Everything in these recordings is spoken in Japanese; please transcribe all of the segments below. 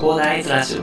広大ズラジオ。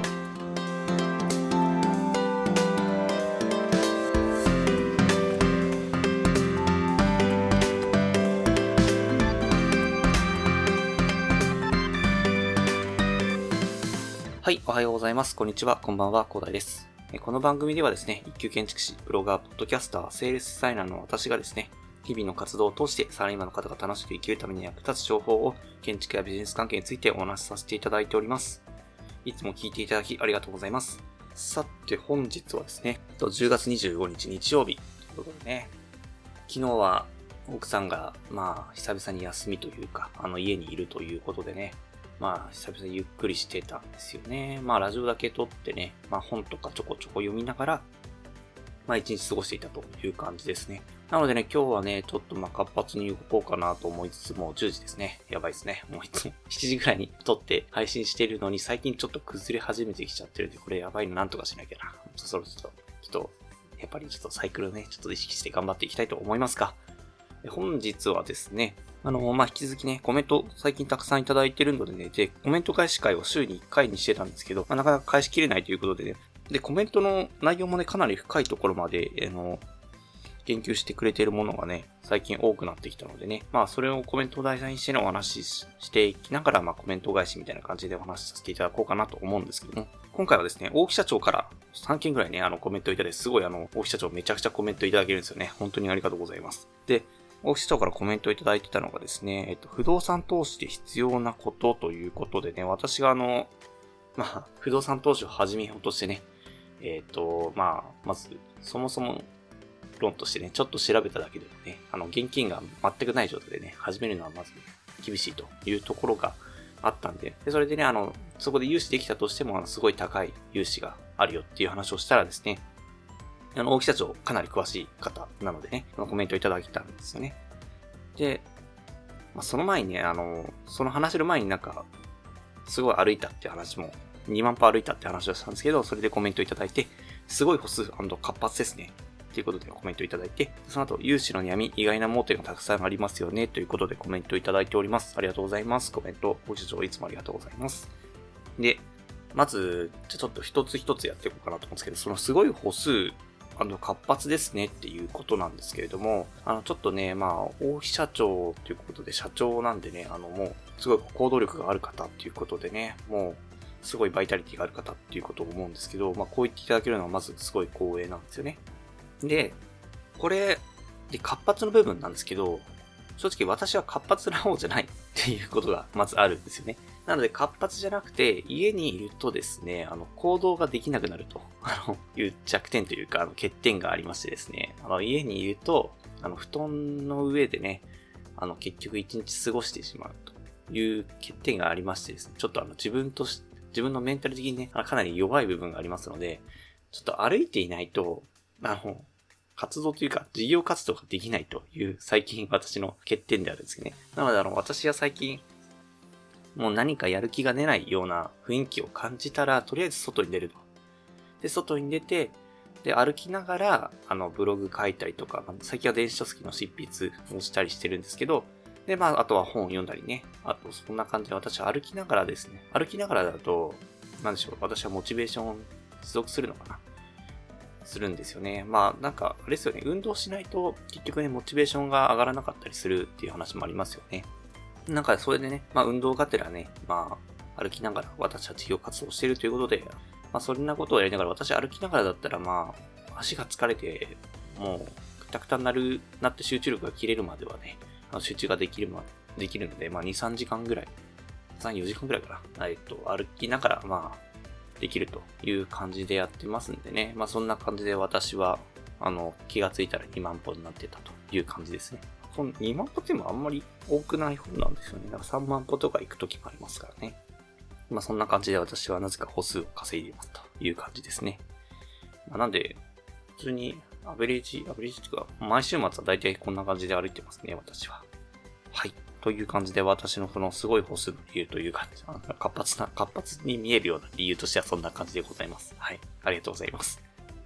はい、おはようございます。こんにちは、こんばんは、広大です。この番組ではですね、一級建築士、ブロガー、ポッドキャスター、セールスデザイナーの私がですね、日々の活動を通してサラリーマンの方が楽しく生きるために役立つ情報を建築やビジネス関係についてお話しさせていただいております。いつも聞いていただきありがとうございます。さて本日はですね、10月25日日曜日ということでね、昨日は奥さんが久々に休みというか、家にいるということでね、久々にゆっくりしてたんですよね。ラジオだけ撮ってね、本とかちょこちょこ読みながら、一日過ごしていたという感じですね。なのでね、今日はね、ちょっと活発に動こうかなと思いつつも、10時ですね。やばいですね。もういつも7時ぐらいに撮って配信しているのに、最近ちょっと崩れ始めてきちゃってるんで、これやばいのなんとかしなきゃな。そろそろやっぱりちょっとサイクルをね、ちょっと意識して頑張っていきたいと思いますが、本日はですね、引き続きね、コメント最近たくさんいただいてるのでね、コメント返し会を週に1回にしてたんですけど、なかなか返しきれないということでね、で、コメントの内容もね、かなり深いところまで、研究してくれているものがね、最近多くなってきたのでね、それをコメントを題材にしてのお話ししていきながら、コメント返しみたいな感じでお話しさせていただこうかなと思うんですけども、今回はですね、大木社長から3件ぐらいね、コメントいただいて、すごい大木社長めちゃくちゃコメントいただけるんですよね。本当にありがとうございます。で、大木社長からコメントいただいてたのがですね、不動産投資で必要なことということでね、私が不動産投資を始めようとしてね、まず、そもそも論としてね、ちょっと調べただけでもね、現金が全くない状態でね、始めるのはまず厳しいというところがあったんで、それでね、そこで融資できたとしても、すごい高い融資があるよっていう話をしたらですね、大木社長かなり詳しい方なのでね、コメントいただいたんですよね。で、その前にね、その話の前にすごい歩いたっていう話も、2万歩歩いたって話をしたんですけど、それでコメントいただいて、すごい歩数&活発ですね。ということでコメントいただいて、その後、融資の闇、意外な盲点がたくさんありますよね。ということでコメントいただいております。ありがとうございます。コメント、ご視聴いつもありがとうございます。で、まず、ちょっと一つ一つやっていこうかなと思うんですけど、そのすごい歩数、活発ですねっていうことなんですけれども、ちょっとね、大木社長ということで社長なんでね、もう、すごい行動力がある方っていうことでね、もう、すごいバイタリティがある方っていうことを思うんですけど、こう言っていただけるのはまずすごい光栄なんですよね。で、これ、活発の部分なんですけど、正直私は活発な方じゃないっていうことがまずあるんですよね。なので活発じゃなくて、家にいるとですね、行動ができなくなると、いう弱点というか、欠点がありましてですね、家にいると、布団の上でね、結局一日過ごしてしまうという欠点がありましてですね、ちょっと自分のメンタル的にね、かなり弱い部分がありますので、ちょっと歩いていないと、活動というか、事業活動ができないという最近私の欠点であるんですね。なので私は最近、もう何かやる気が出ないような雰囲気を感じたら、とりあえず外に出ると。で、外に出て、で、歩きながら、ブログ書いたりとか、最近は電子書籍の執筆をしたりしてるんですけど、で、あとは本を読んだりね。あと、そんな感じで私は歩きながらですね。歩きながらだと、私はモチベーションを持続するのかなするんですよね。あれですよね。運動しないと、結局ね、モチベーションが上がらなかったりするっていう話もありますよね。それでね、運動がてらね、歩きながら私は事業活動しているということで、そんなことをやりながら、私歩きながらだったら、足が疲れて、もう、くたくたになって集中力が切れるまではね、集中ができるので、2、3時間ぐらい、3、4時間ぐらいかな、歩きながら、できるという感じでやってますんでね、そんな感じで私は、気がついたら2万歩になってたという感じですね。その2万歩ってもあんまり多くない方なんですよね。3万歩とか行くときもありますからね。そんな感じで私はなぜか歩数を稼いでいますという感じですね。なんで、普通にアベレージというか、毎週末は大体こんな感じで歩いてますね、私は。はい。という感じで私のそのすごい歩数の理由というか、活発に見えるような理由としてはそんな感じでございます。はい。ありがとうございます。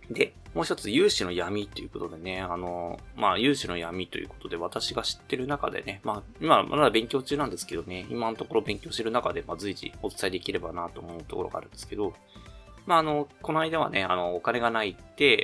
で、もう一つ、融資の闇ということでね、融資の闇ということで、私が知ってる中でね、今、まだ勉強中なんですけどね、今のところ勉強してる中で、随時お伝えできればなと思うところがあるんですけど、この間はね、お金がないって、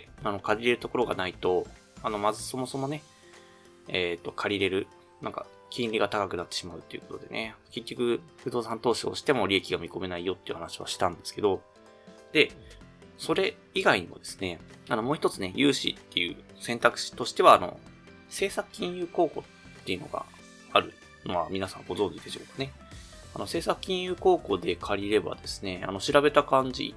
借りれるところがないと、まずそもそもね、借りれる、金利が高くなってしまうということでね、結局、不動産投資をしても利益が見込めないよっていう話はしたんですけど、で、それ以外にもですね、もう一つね、融資っていう選択肢としては、政策金融公庫っていうのがあるのは皆さんご存知でしょうかね。政策金融公庫で借りればですね、調べた感じ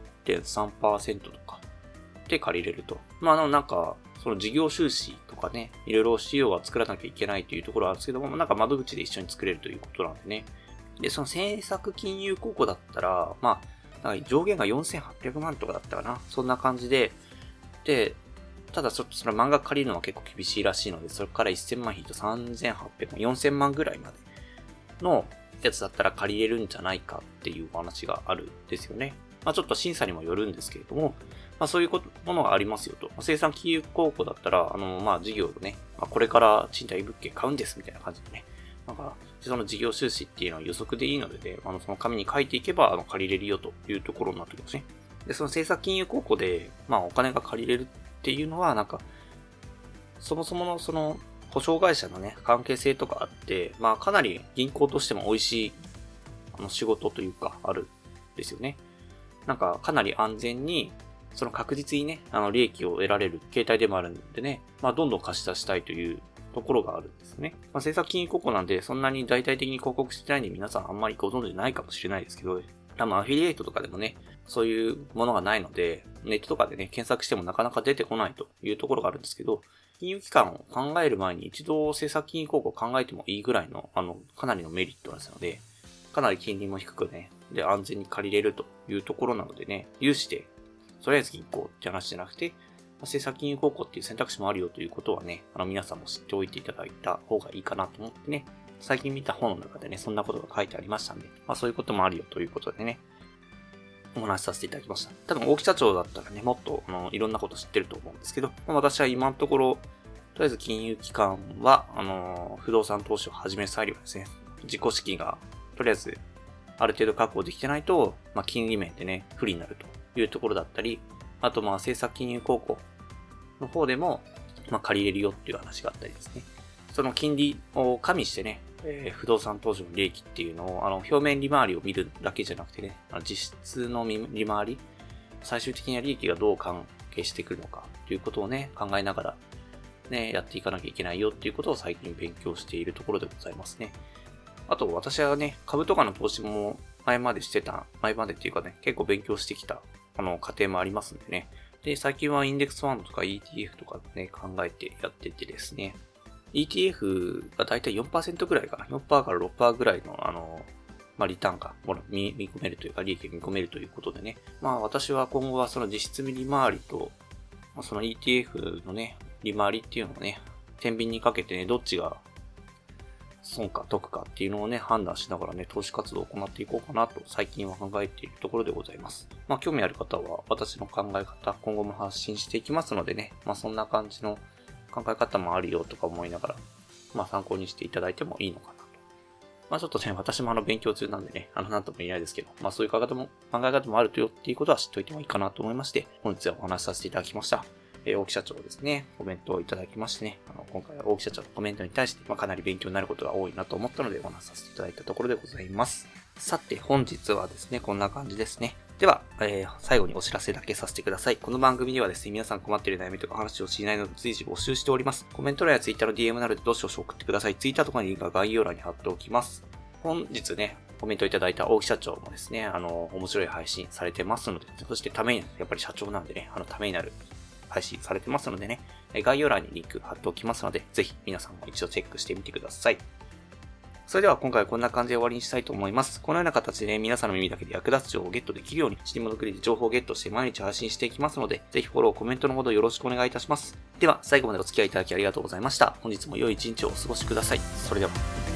1.3% とかで借りれると。その事業収支とかね、いろいろ資料は作らなきゃいけないというところはあるんですけども、窓口で一緒に作れるということなんでね。で、その政策金融公庫だったら、上限が4800万とかだったかな。そんな感じで、で、ただちょっとその漫画借りるのは結構厳しいらしいので、それから1000万引いと3800万、4000万ぐらいまでのやつだったら借りれるんじゃないかっていうお話があるんですよね。ちょっと審査にもよるんですけれども、そういうものがありますよと。政策金融公庫だったら、事業をね、これから賃貸物件買うんですみたいな感じでね。その事業収支っていうのは予測でいいので、その紙に書いていけば、借りれるよというところになってきますね。で、その政策金融公庫で、お金が借りれるっていうのは、そもそものその、保証会社のね、関係性とかあって、かなり銀行としても美味しい、仕事というか、あるんですよね。かなり安全に、その確実にね、利益を得られる形態でもあるんでね、どんどん貸し出したいというところがあるんですね。政策金融公庫なんで、そんなに大々的に広告してないんで皆さんあんまりご存知ないかもしれないですけど、アフィリエイトとかでもね、そういうものがないので、ネットとかでね、検索してもなかなか出てこないというところがあるんですけど、金融機関を考える前に一度政策金融公庫を考えてもいいぐらいの、かなりのメリットですので、かなり金利も低くね、で、安全に借りれるというところなのでね、融資で、とりあえず銀行って話じゃなくて、政策金融公庫っていう選択肢もあるよということはね、皆さんも知っておいていただいた方がいいかなと思ってね、最近見た本の中でね、そんなことが書いてありましたんで、そういうこともあるよということでね、お話しさせていただきました。多分大木社長だったらね、もっといろんなこと知ってると思うんですけど、私は今のところ、とりあえず金融機関は、不動産投資を始める際にはですね、自己資金がとりあえずある程度確保できてないと、金利面でね、不利になるというところだったり、あと政策金融公庫の方でも、借りれるよっていう話があったりですね。その金利を加味してね、不動産投資の利益っていうのを、表面利回りを見るだけじゃなくてね、実質の利回り、最終的な利益がどう関係してくるのかということをね、考えながら、ね、やっていかなきゃいけないよっていうことを最近勉強しているところでございますね。あと私はね、株とかの投資も前までっていうかね、結構勉強してきた、過程もありますんでね。で、最近はインデックスファンドとか ETF とかね、考えてやっててですね。ETF がだいたい 4% ぐらいかな。4% から 6% ぐらいの、リターンが見込めるというか、利益が見込めるということでね。私は今後はその実質利回りと、その ETF のね、利回りっていうのをね、天秤にかけてね、どっちが損か得かっていうのをね、判断しながらね、投資活動を行っていこうかなと最近は考えているところでございます。興味ある方は私の考え方、今後も発信していきますのでね、そんな感じの考え方もあるよとか思いながら、参考にしていただいてもいいのかなと。ちょっとね、私も勉強中なんでね、なんとも言えないですけど、そういう考え方もあるとよっていうことは知っておいてもいいかなと思いまして、本日はお話しさせていただきました。大木社長ですね、コメントをいただきましてね、今回は大木社長のコメントに対して、かなり勉強になることが多いなと思ったのでお話しさせていただいたところでございます。さて、本日はですね、こんな感じですね。では、最後にお知らせだけさせてください。この番組ではですね、皆さん困っている悩みとか話を知りないので随時募集しております。コメント欄や Twitter の DM などでどしどし送ってください。Twitter とかにリンクは概要欄に貼っておきます。本日ね、コメントいただいた大木社長もですね、面白い配信されてますので、そしてために、やっぱり社長なんでね、ためになる配信されてますのでね、概要欄にリンク貼っておきますので、ぜひ皆さんも一度チェックしてみてください。それでは今回はこんな感じで終わりにしたいと思います。このような形でね、皆さんの耳だけで役立つ情報をゲットできるように、シティモノクリで情報をゲットして毎日配信していきますので、ぜひフォロー、コメントのほどよろしくお願いいたします。では、最後までお付き合いいただきありがとうございました。本日も良い一日をお過ごしください。それでは。